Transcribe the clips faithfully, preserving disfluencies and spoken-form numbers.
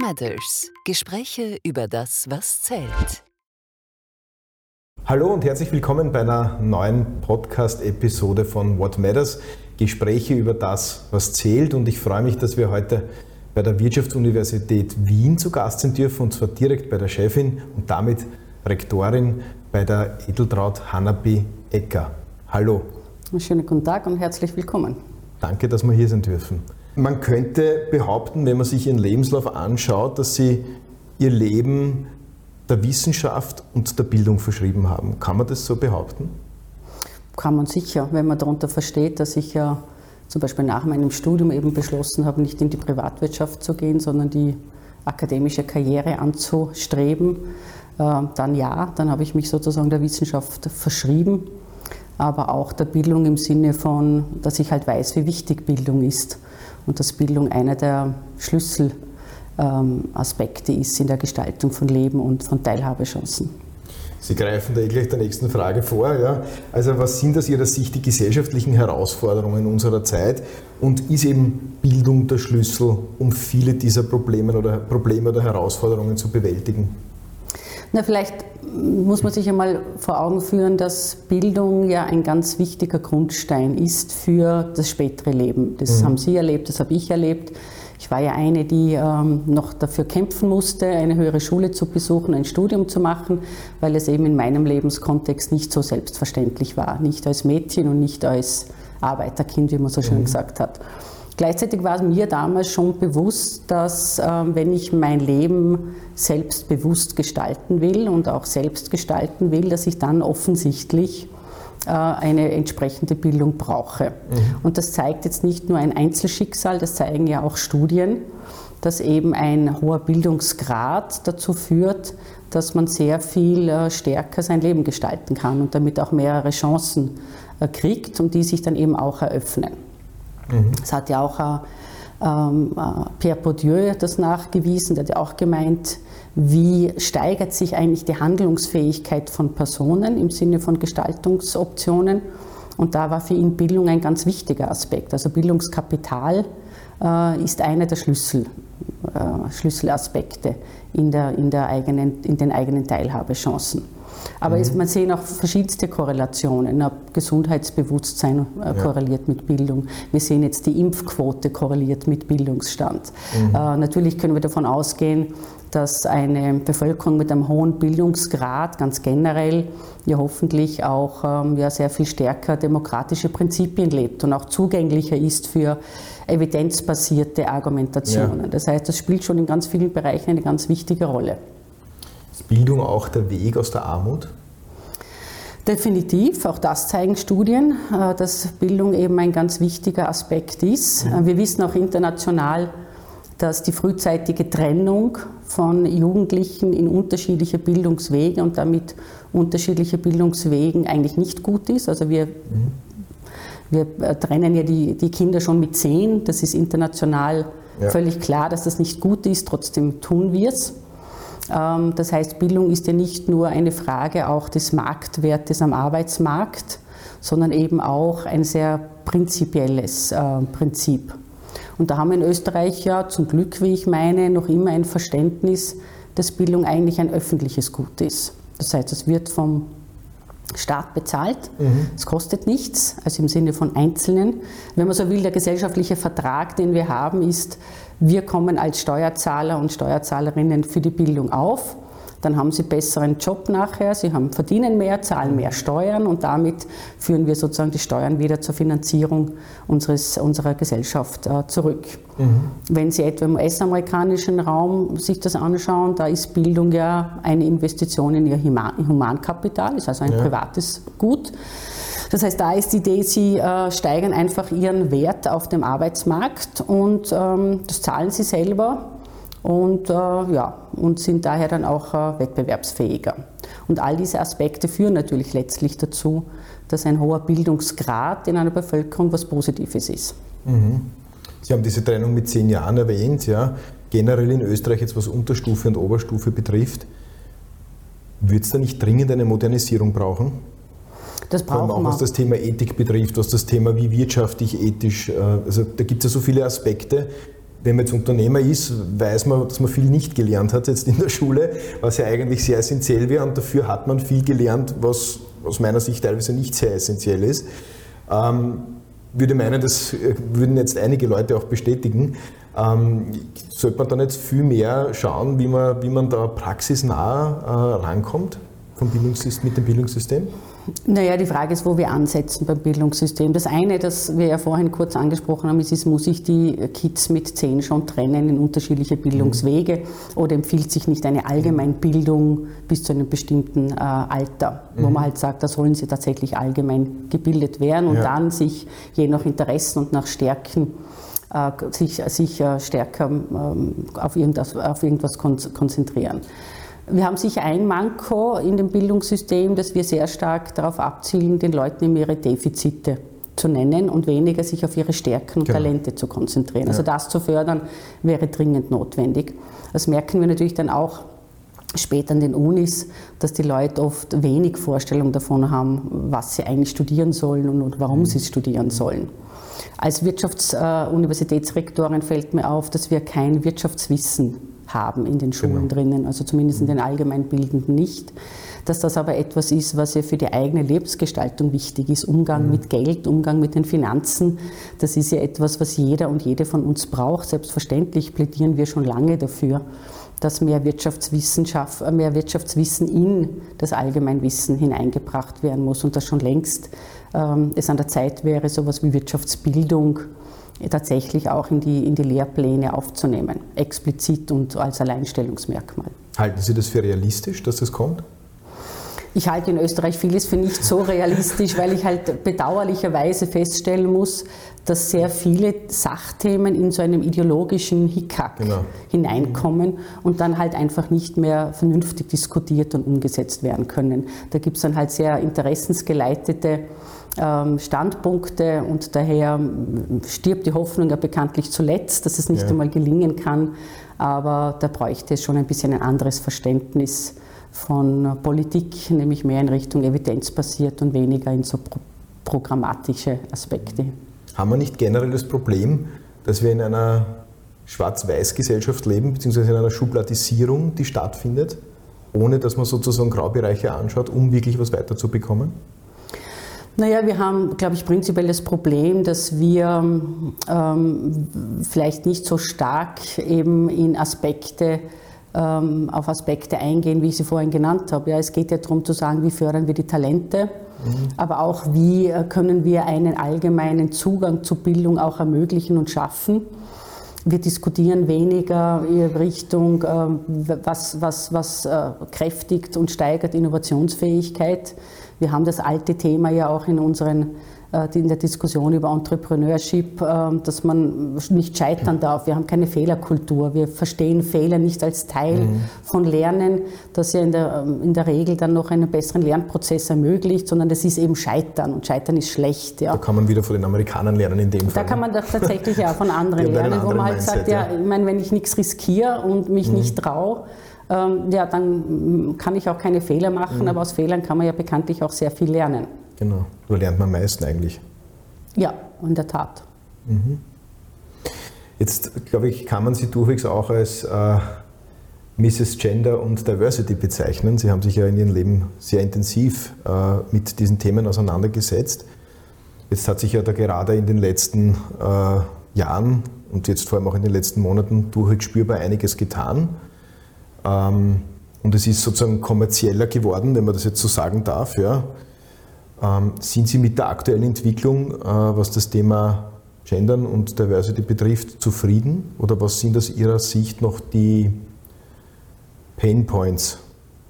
Matters. Gespräche über das, was zählt. Hallo und herzlich willkommen bei einer neuen Podcast-Episode von What Matters. Gespräche über das, was zählt. Und ich freue mich, dass wir heute bei der Wirtschaftsuniversität Wien zu Gast sein dürfen, und zwar direkt bei der Chefin und damit Rektorin bei der Edeltraud Hanapi Ecker. Hallo. Schönen guten Tag und herzlich willkommen. Danke, dass wir hier sein dürfen. Man könnte behaupten, wenn man sich Ihren Lebenslauf anschaut, dass Sie Ihr Leben der Wissenschaft und der Bildung verschrieben haben. Kann man das so behaupten? Kann man sicher, wenn man darunter versteht, dass ich ja zum Beispiel nach meinem Studium eben beschlossen habe, nicht in die Privatwirtschaft zu gehen, sondern die akademische Karriere anzustreben. Dann ja, dann habe ich mich sozusagen der Wissenschaft verschrieben, aber auch der Bildung im Sinne von, dass ich halt weiß, wie wichtig Bildung ist und dass Bildung einer der Schlüsselaspekte ist in der Gestaltung von Leben und von Teilhabechancen. Sie greifen da eh gleich der nächsten Frage vor. Ja? Also was sind aus Ihrer Sicht die gesellschaftlichen Herausforderungen unserer Zeit und ist eben Bildung der Schlüssel, um viele dieser Probleme oder, Probleme oder Herausforderungen zu bewältigen? Na, vielleicht muss man sich einmal vor Augen führen, dass Bildung ja ein ganz wichtiger Grundstein ist für das spätere Leben. Das mhm. haben Sie erlebt, das habe ich erlebt. Ich war ja eine, die ähm, noch dafür kämpfen musste, eine höhere Schule zu besuchen, ein Studium zu machen, weil es eben in meinem Lebenskontext nicht so selbstverständlich war. Nicht als Mädchen und nicht als Arbeiterkind, wie man so schön mhm. gesagt hat. Gleichzeitig war mir damals schon bewusst, dass äh, wenn ich mein Leben selbstbewusst gestalten will und auch selbst gestalten will, dass ich dann offensichtlich äh, eine entsprechende Bildung brauche. Mhm. Und das zeigt jetzt nicht nur ein Einzelschicksal, das zeigen ja auch Studien, dass eben ein hoher Bildungsgrad dazu führt, dass man sehr viel äh, stärker sein Leben gestalten kann und damit auch mehrere Chancen äh, kriegt und die sich dann eben auch eröffnen. Es hat ja auch ähm, Pierre Bourdieu das nachgewiesen, der hat ja auch gemeint, wie steigert sich eigentlich die Handlungsfähigkeit von Personen im Sinne von Gestaltungsoptionen. Und da war für ihn Bildung ein ganz wichtiger Aspekt. Also Bildungskapital äh, ist einer der Schlüssel, äh, Schlüsselaspekte in, der, in, der eigenen, in den eigenen Teilhabechancen. Aber mhm. es, man sehen auch verschiedenste Korrelationen. Gesundheitsbewusstsein äh, korreliert ja. mit Bildung. Wir sehen jetzt, die Impfquote korreliert mit Bildungsstand. Mhm. Äh, natürlich können wir davon ausgehen, dass eine Bevölkerung mit einem hohen Bildungsgrad ganz generell ja hoffentlich auch ähm, ja, sehr viel stärker demokratische Prinzipien lebt und auch zugänglicher ist für evidenzbasierte Argumentationen. Ja. Das heißt, das spielt schon in ganz vielen Bereichen eine ganz wichtige Rolle. Ist Bildung auch der Weg aus der Armut? Definitiv, auch das zeigen Studien, dass Bildung eben ein ganz wichtiger Aspekt ist. Mhm. Wir wissen auch international, dass die frühzeitige Trennung von Jugendlichen in unterschiedliche Bildungswege und damit unterschiedliche Bildungswegen eigentlich nicht gut ist. Also wir, mhm. wir trennen ja die, die Kinder schon mit zehn, das ist international ja. völlig klar, dass das nicht gut ist, trotzdem tun wir es. Das heißt, Bildung ist ja nicht nur eine Frage auch des Marktwertes am Arbeitsmarkt, sondern eben auch ein sehr prinzipielles äh, Prinzip. Und da haben wir in Österreich ja zum Glück, wie ich meine, noch immer ein Verständnis, dass Bildung eigentlich ein öffentliches Gut ist. Das heißt, es wird vom Staat bezahlt, mhm. es kostet nichts, also im Sinne von Einzelnen. Wenn man so will, der gesellschaftliche Vertrag, den wir haben, ist, wir kommen als Steuerzahler und Steuerzahlerinnen für die Bildung auf, dann haben sie besseren Job nachher, sie haben, verdienen mehr, zahlen mehr Steuern und damit führen wir sozusagen die Steuern wieder zur Finanzierung unseres, unserer Gesellschaft äh, zurück. Mhm. Wenn Sie etwa im U S-amerikanischen Raum sich das anschauen, da ist Bildung ja eine Investition in Ihr Humankapital, ist also ein ja. privates Gut. Das heißt, da ist die Idee, sie äh, steigern einfach ihren Wert auf dem Arbeitsmarkt und ähm, das zahlen sie selber. Und, äh, ja, und sind daher dann auch äh, wettbewerbsfähiger. Und all diese Aspekte führen natürlich letztlich dazu, dass ein hoher Bildungsgrad in einer Bevölkerung was Positives ist. Mhm. Sie haben diese Trennung mit zehn Jahren erwähnt, ja. Generell in Österreich jetzt was Unterstufe und Oberstufe betrifft. Wird es da nicht dringend eine Modernisierung brauchen? Das brauchen Vor allem auch was das Thema Ethik betrifft, was das Thema wie wirtschaftlich, ethisch, also da gibt es ja so viele Aspekte. wenn man jetzt Unternehmer ist, weiß man, dass man viel nicht gelernt hat jetzt in der Schule, was ja eigentlich sehr essentiell wäre, und dafür hat man viel gelernt, was aus meiner Sicht teilweise nicht sehr essentiell ist. Ähm, würde meinen, das würden jetzt einige Leute auch bestätigen. Ähm, sollte man dann jetzt viel mehr schauen, wie man, wie man da praxisnah äh, rankommt vom Bildungssystem, mit dem Bildungssystem? Naja, die Frage ist, wo wir ansetzen beim Bildungssystem. Das eine, das wir ja vorhin kurz angesprochen haben, ist, ist muss ich die Kids mit zehn schon trennen in unterschiedliche Bildungswege, mhm. oder empfiehlt sich nicht eine Allgemeinbildung bis zu einem bestimmten äh, Alter, mhm. wo man halt sagt, da sollen sie tatsächlich allgemein gebildet werden und ja. dann sich je nach Interessen und nach Stärken äh, sich, sich äh, stärker ähm, auf irgendwas, auf irgendwas kon- konzentrieren. Wir haben sicher ein Manko in dem Bildungssystem, dass wir sehr stark darauf abzielen, den Leuten eben ihre Defizite zu nennen und weniger sich auf ihre Stärken und genau. Talente zu konzentrieren. Ja. Also das zu fördern, wäre dringend notwendig. Das merken wir natürlich dann auch später an den Unis, dass die Leute oft wenig Vorstellung davon haben, was sie eigentlich studieren sollen und, und warum mhm. sie es studieren sollen. Als Wirtschaftsuniversitätsrektorin fällt mir auf, dass wir kein Wirtschaftswissen haben in den Schulen genau. drinnen, also zumindest in den Allgemeinbildenden nicht. Dass das aber etwas ist, was ja für die eigene Lebensgestaltung wichtig ist. Umgang mhm. mit Geld, Umgang mit den Finanzen, das ist ja etwas, was jeder und jede von uns braucht. Selbstverständlich plädieren wir schon lange dafür, dass mehr Wirtschaftswissenschaft, mehr Wirtschaftswissen in das Allgemeinwissen hineingebracht werden muss und dass schon längst ähm, es an der Zeit wäre, sowas wie Wirtschaftsbildung tatsächlich auch in die, in die Lehrpläne aufzunehmen, explizit und als Alleinstellungsmerkmal. Halten Sie das für realistisch, dass das kommt? Ich halte in Österreich vieles für nicht so realistisch, weil ich halt bedauerlicherweise feststellen muss, dass sehr viele Sachthemen in so einem ideologischen Hickhack genau. hineinkommen und dann halt einfach nicht mehr vernünftig diskutiert und umgesetzt werden können. Da gibt es dann halt sehr interessensgeleitete Standpunkte und daher stirbt die Hoffnung ja bekanntlich zuletzt, dass es nicht ja. einmal gelingen kann, aber da bräuchte es schon ein bisschen ein anderes Verständnis von Politik, nämlich mehr in Richtung evidenzbasiert und weniger in so pro- programmatische Aspekte. Haben wir nicht generell das Problem, dass wir in einer Schwarz-Weiß-Gesellschaft leben, beziehungsweise in einer Schubladisierung, die stattfindet, ohne dass man sozusagen Graubereiche anschaut, um wirklich was weiterzubekommen? Naja, wir haben, glaube ich, prinzipiell das Problem, dass wir ähm, vielleicht nicht so stark eben in Aspekte, ähm, auf Aspekte eingehen, wie ich sie vorhin genannt habe. Ja, es geht ja darum zu sagen, wie fördern wir die Talente, mhm. aber auch wie können wir einen allgemeinen Zugang zu Bildung auch ermöglichen und schaffen. Wir diskutieren weniger in Richtung, was, was, was kräftigt und steigert Innovationsfähigkeit. Wir haben das alte Thema ja auch in unseren, in der Diskussion über Entrepreneurship, dass man nicht scheitern darf. Wir haben keine Fehlerkultur. Wir verstehen Fehler nicht als Teil mhm. von Lernen, das ja in der, in der Regel dann noch einen besseren Lernprozess ermöglicht, sondern das ist eben Scheitern und Scheitern ist schlecht. Ja. Da kann man wieder von den Amerikanern lernen in dem Fall. Da kann man doch tatsächlich ja von anderen lernen, wo man halt Mindset, sagt, ja, ja, ich meine, wenn ich nichts riskiere und mich mhm. nicht traue, ähm, ja, dann kann ich auch keine Fehler machen, mhm. aber aus Fehlern kann man ja bekanntlich auch sehr viel lernen. Genau, da lernt man am meisten eigentlich. Ja, in der Tat. Mhm. Jetzt, glaube ich, kann man Sie durchwegs auch als äh, Misses Gender und Diversity bezeichnen. Sie haben sich ja in Ihrem Leben sehr intensiv äh, mit diesen Themen auseinandergesetzt. Jetzt hat sich ja da gerade in den letzten äh, Jahren und jetzt vor allem auch in den letzten Monaten durchwegs spürbar einiges getan. Ähm, und es ist sozusagen kommerzieller geworden, wenn man das jetzt so sagen darf. Ja. Ähm, sind Sie mit der aktuellen Entwicklung, äh, was das Thema Gendern und Diversity betrifft, zufrieden? Oder was sind aus Ihrer Sicht noch die Pain Points?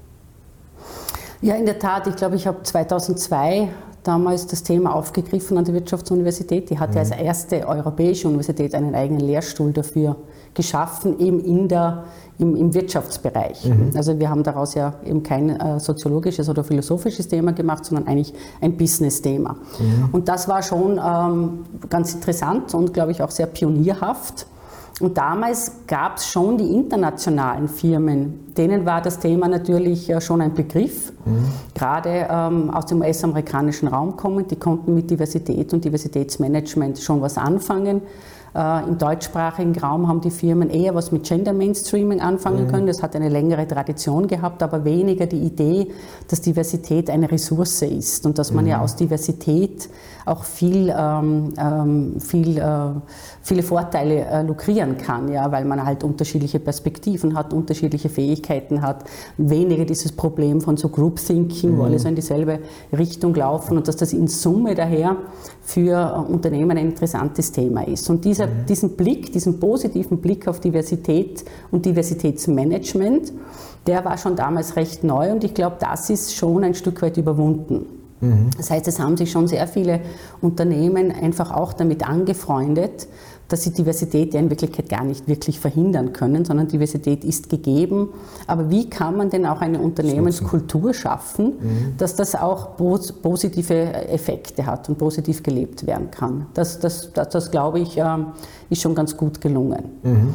Ja, in der Tat. Ich glaube, ich habe zweitausendzwei damals das Thema aufgegriffen an der Wirtschaftsuniversität. Die hat mhm. ja als erste europäische Universität einen eigenen Lehrstuhl dafür geschaffen, eben in der, im, im Wirtschaftsbereich. Mhm. Also wir haben daraus ja eben kein äh, soziologisches oder philosophisches Thema gemacht, sondern eigentlich ein Business-Thema. Mhm. Und das war schon ähm, ganz interessant und, glaube ich, auch sehr pionierhaft. Und damals gab es schon die internationalen Firmen, denen war das Thema natürlich schon ein Begriff, mhm. gerade ähm, aus dem U S-amerikanischen Raum kommend, die konnten mit Diversität und Diversitätsmanagement schon was anfangen. Äh, Im deutschsprachigen Raum haben die Firmen eher was mit Gender Mainstreaming anfangen mhm. können. Das hat eine längere Tradition gehabt, aber weniger die Idee, dass Diversität eine Ressource ist und dass man mhm. ja aus Diversität auch viel, ähm, ähm, viel, äh, viele Vorteile äh, lukrieren kann, ja, weil man halt unterschiedliche Perspektiven hat, unterschiedliche Fähigkeiten hat, weniger dieses Problem von so Group Thinking, mhm. wo alle so in dieselbe Richtung laufen und dass das in Summe daher für Unternehmen ein interessantes Thema ist. Und dieser, mhm. diesen Blick, diesen positiven Blick auf Diversität und Diversitätsmanagement, der war schon damals recht neu und ich glaube, das ist schon ein Stück weit überwunden. Mhm. Das heißt, es haben sich schon sehr viele Unternehmen einfach auch damit angefreundet, dass sie Diversität ja in Wirklichkeit gar nicht wirklich verhindern können, sondern Diversität ist gegeben. Aber wie kann man denn auch eine Unternehmenskultur schaffen, mhm. dass das auch positive Effekte hat und positiv gelebt werden kann? Das, das, das, das glaube ich, ist schon ganz gut gelungen. Mhm.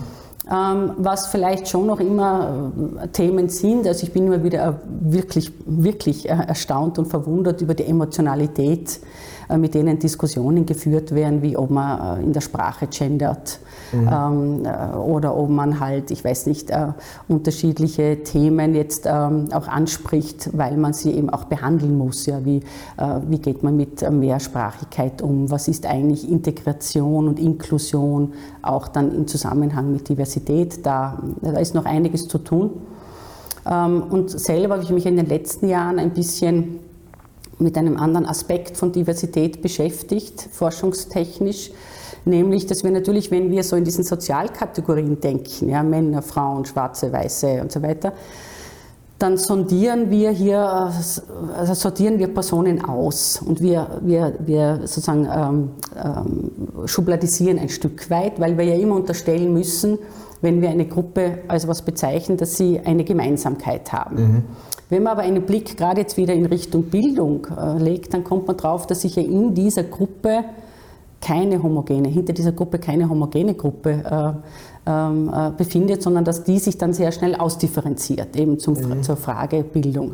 Was vielleicht schon noch immer Themen sind, also ich bin immer wieder wirklich, wirklich erstaunt und verwundert über die Emotionalität, mit denen Diskussionen geführt werden, wie ob man in der Sprache gendert mhm. ähm, oder ob man halt, ich weiß nicht, äh, unterschiedliche Themen jetzt ähm, auch anspricht, weil man sie eben auch behandeln muss. Ja, wie, äh, wie geht man mit Mehrsprachigkeit um? Was ist eigentlich Integration und Inklusion, auch dann im Zusammenhang mit Diversität? Da, da ist noch einiges zu tun. Ähm, und selber habe ich mich in den letzten Jahren ein bisschen mit einem anderen Aspekt von Diversität beschäftigt, forschungstechnisch, nämlich, dass wir natürlich, wenn wir so in diesen Sozialkategorien denken, ja, Männer, Frauen, Schwarze, Weiße und so weiter, dann sondieren wir hier, also sortieren wir Personen aus und wir, wir, wir sozusagen ähm, ähm, schubladisieren ein Stück weit, weil wir ja immer unterstellen müssen, wenn wir eine Gruppe als was bezeichnen, dass sie eine Gemeinsamkeit haben. Mhm. Wenn man aber einen Blick gerade jetzt wieder in Richtung Bildung äh, legt, dann kommt man drauf, dass sich ja in dieser Gruppe keine homogene, hinter dieser Gruppe keine homogene Gruppe äh, äh, befindet, sondern dass die sich dann sehr schnell ausdifferenziert, eben zum, mhm. zur Frage Bildung.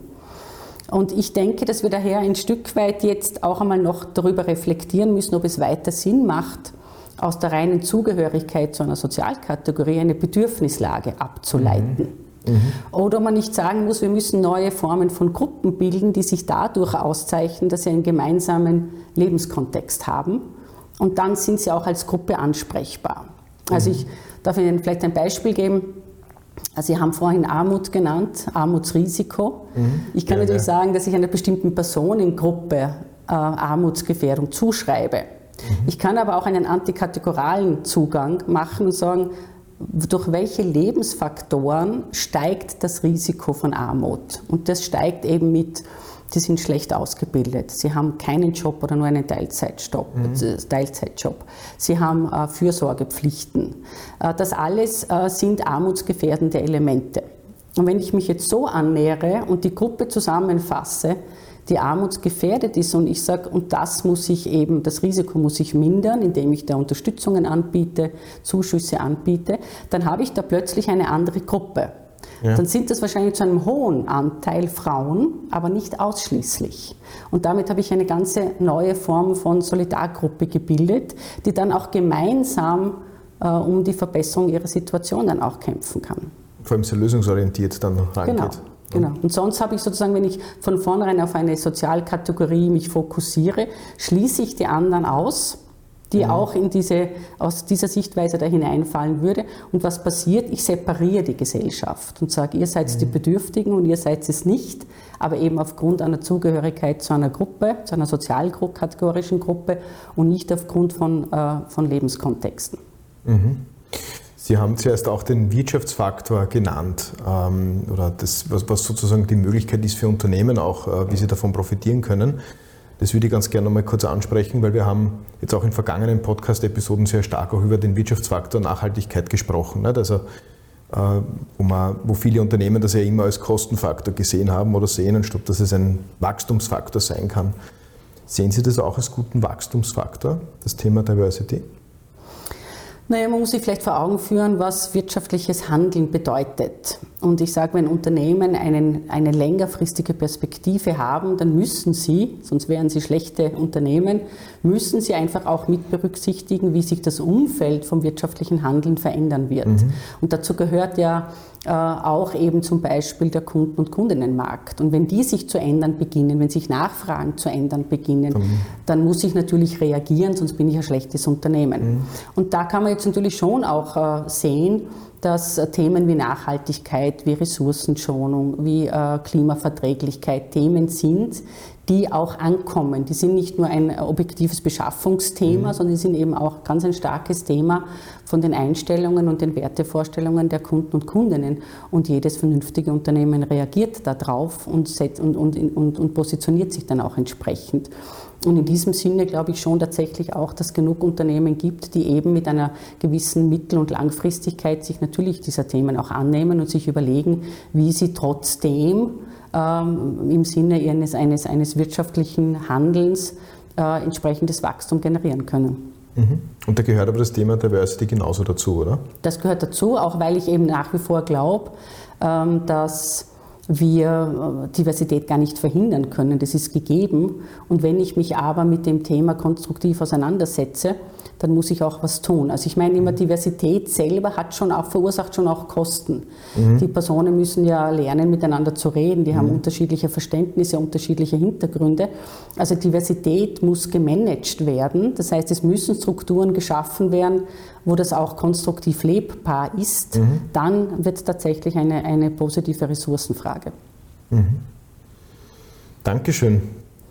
Und ich denke, dass wir daher ein Stück weit jetzt auch einmal noch darüber reflektieren müssen, ob es weiter Sinn macht, aus der reinen Zugehörigkeit zu einer Sozialkategorie eine Bedürfnislage abzuleiten. Mhm. Mhm. Oder man nicht sagen muss, wir müssen neue Formen von Gruppen bilden, die sich dadurch auszeichnen, dass sie einen gemeinsamen Lebenskontext haben. Und dann sind sie auch als Gruppe ansprechbar. Mhm. Also ich darf Ihnen vielleicht ein Beispiel geben. Also Sie haben vorhin Armut genannt, Armutsrisiko. Mhm. Ich kann ja, natürlich ja. sagen, dass ich einer bestimmten Personengruppe äh, Armutsgefährdung zuschreibe. Mhm. Ich kann aber auch einen antikategoralen Zugang machen und sagen, durch welche Lebensfaktoren steigt das Risiko von Armut? Und das steigt eben mit, sie sind schlecht ausgebildet, sie haben keinen Job oder nur einen Teilzeitjob, mhm. Teilzeitjob. Sie haben äh, Fürsorgepflichten. Äh, das alles äh, sind armutsgefährdende Elemente. Und wenn ich mich jetzt so annähere und die Gruppe zusammenfasse, die armutsgefährdet ist und ich sage, und das muss ich eben, das Risiko muss ich mindern, indem ich da Unterstützungen anbiete, Zuschüsse anbiete, dann habe ich da plötzlich eine andere Gruppe. Ja. Dann sind das wahrscheinlich zu einem hohen Anteil Frauen, aber nicht ausschließlich. Und damit habe ich eine ganze neue Form von Solidargruppe gebildet, die dann auch gemeinsam äh, um die Verbesserung ihrer Situation dann auch kämpfen kann. Vor allem sehr lösungsorientiert dann rangeht. Genau. Genau. Und sonst habe ich sozusagen, wenn ich von vornherein auf eine Sozialkategorie mich fokussiere, schließe ich die anderen aus, die mhm. auch in diese, aus dieser Sichtweise da hineinfallen würde. Und was passiert? Ich separiere die Gesellschaft und sage, ihr seid mhm. die Bedürftigen und ihr seid es nicht, aber eben aufgrund einer Zugehörigkeit zu einer Gruppe, zu einer sozialkategorischen Gruppe und nicht aufgrund von, äh, von Lebenskontexten. Mhm. Sie haben zuerst auch den Wirtschaftsfaktor genannt, ähm, oder das, was, was sozusagen die Möglichkeit ist für Unternehmen auch, äh, wie sie davon profitieren können. Das würde ich ganz gerne noch mal kurz ansprechen, weil wir haben jetzt auch in vergangenen Podcast-Episoden sehr stark auch über den Wirtschaftsfaktor Nachhaltigkeit gesprochen. Nicht? Also, äh, wo, man, wo viele Unternehmen das ja immer als Kostenfaktor gesehen haben oder sehen, anstatt dass es ein Wachstumsfaktor sein kann. Sehen Sie das auch als guten Wachstumsfaktor, das Thema Diversity? Naja, man muss sich vielleicht vor Augen führen, was wirtschaftliches Handeln bedeutet. Und ich sage, wenn Unternehmen einen, eine längerfristige Perspektive haben, dann müssen sie, sonst wären sie schlechte Unternehmen, müssen sie einfach auch mit berücksichtigen, wie sich das Umfeld vom wirtschaftlichen Handeln verändern wird. Mhm. Und dazu gehört ja äh, auch eben zum Beispiel der Kunden- und Kundinnenmarkt. Und wenn die sich zu ändern beginnen, wenn sich Nachfragen zu ändern beginnen, mhm. dann muss ich natürlich reagieren, sonst bin ich ein schlechtes Unternehmen. Mhm. Und da kann man jetzt natürlich schon auch äh, sehen, dass Themen wie Nachhaltigkeit, wie Ressourcenschonung, wie äh, Klimaverträglichkeit Themen sind, die auch ankommen. Die sind nicht nur ein objektives Beschaffungsthema, mhm. sondern die sind eben auch ganz ein starkes Thema von den Einstellungen und den Wertevorstellungen der Kunden und Kundinnen. Und jedes vernünftige Unternehmen reagiert darauf und, und, und, und, und positioniert sich dann auch entsprechend. Und in diesem Sinne glaube ich schon tatsächlich auch, dass es genug Unternehmen gibt, die eben mit einer gewissen Mittel- und Langfristigkeit sich natürlich dieser Themen auch annehmen und sich überlegen, wie sie trotzdem ähm, im Sinne eines, eines, eines wirtschaftlichen Handelns äh, entsprechendes Wachstum generieren können. Mhm. Und da gehört aber das Thema Diversity genauso dazu, oder? Das gehört dazu, auch weil ich eben nach wie vor glaube, ähm, dass wir Diversität gar nicht verhindern können. Das ist gegeben. Und wenn ich mich aber mit dem Thema konstruktiv auseinandersetze, dann muss ich auch was tun. Also ich meine immer, Diversität selber hat schon auch, verursacht schon auch Kosten. Mhm. Die Personen müssen ja lernen, miteinander zu reden. Die mhm. haben unterschiedliche Verständnisse, unterschiedliche Hintergründe. Also Diversität muss gemanagt werden. Das heißt, es müssen Strukturen geschaffen werden, wo das auch konstruktiv lebbar ist. Mhm. Dann wird es tatsächlich eine, eine positive Ressourcenfrage. Mhm. Dankeschön.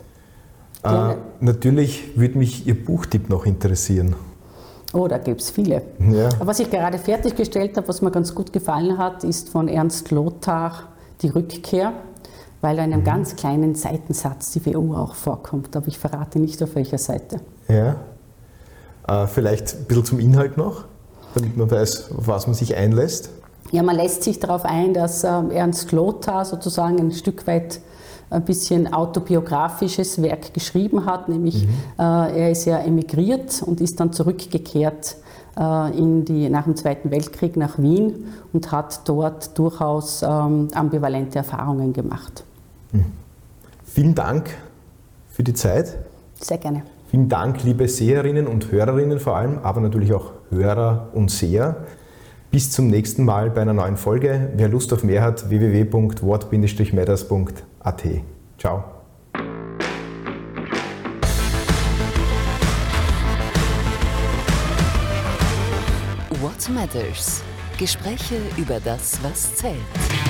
Äh, natürlich würde mich Ihr Buchtipp noch interessieren. Oh, da gibt es viele. Ja. Was ich gerade fertiggestellt habe, was mir ganz gut gefallen hat, ist von Ernst Lothar Die Rückkehr, weil in einem mhm. ganz kleinen Seitensatz die W U auch vorkommt. Aber ich verrate nicht, auf welcher Seite. Ja. Äh, vielleicht ein bisschen zum Inhalt noch, damit man weiß, auf was man sich einlässt. Ja, man lässt sich darauf ein, dass äh, Ernst Lothar sozusagen ein Stück weit ein bisschen autobiografisches Werk geschrieben hat, nämlich mhm. äh, er ist ja emigriert und ist dann zurückgekehrt äh, in die, nach dem Zweiten Weltkrieg nach Wien und hat dort durchaus ähm, ambivalente Erfahrungen gemacht. Mhm. Vielen Dank für die Zeit. Sehr gerne. Vielen Dank, liebe Seherinnen und Hörerinnen vor allem, aber natürlich auch Hörer und Seher. Bis zum nächsten Mal bei einer neuen Folge. Wer Lust auf mehr hat, w w w punkt wort Bindestrich matters punkt a t. Ciao. What Matters? Gespräche über das, was zählt.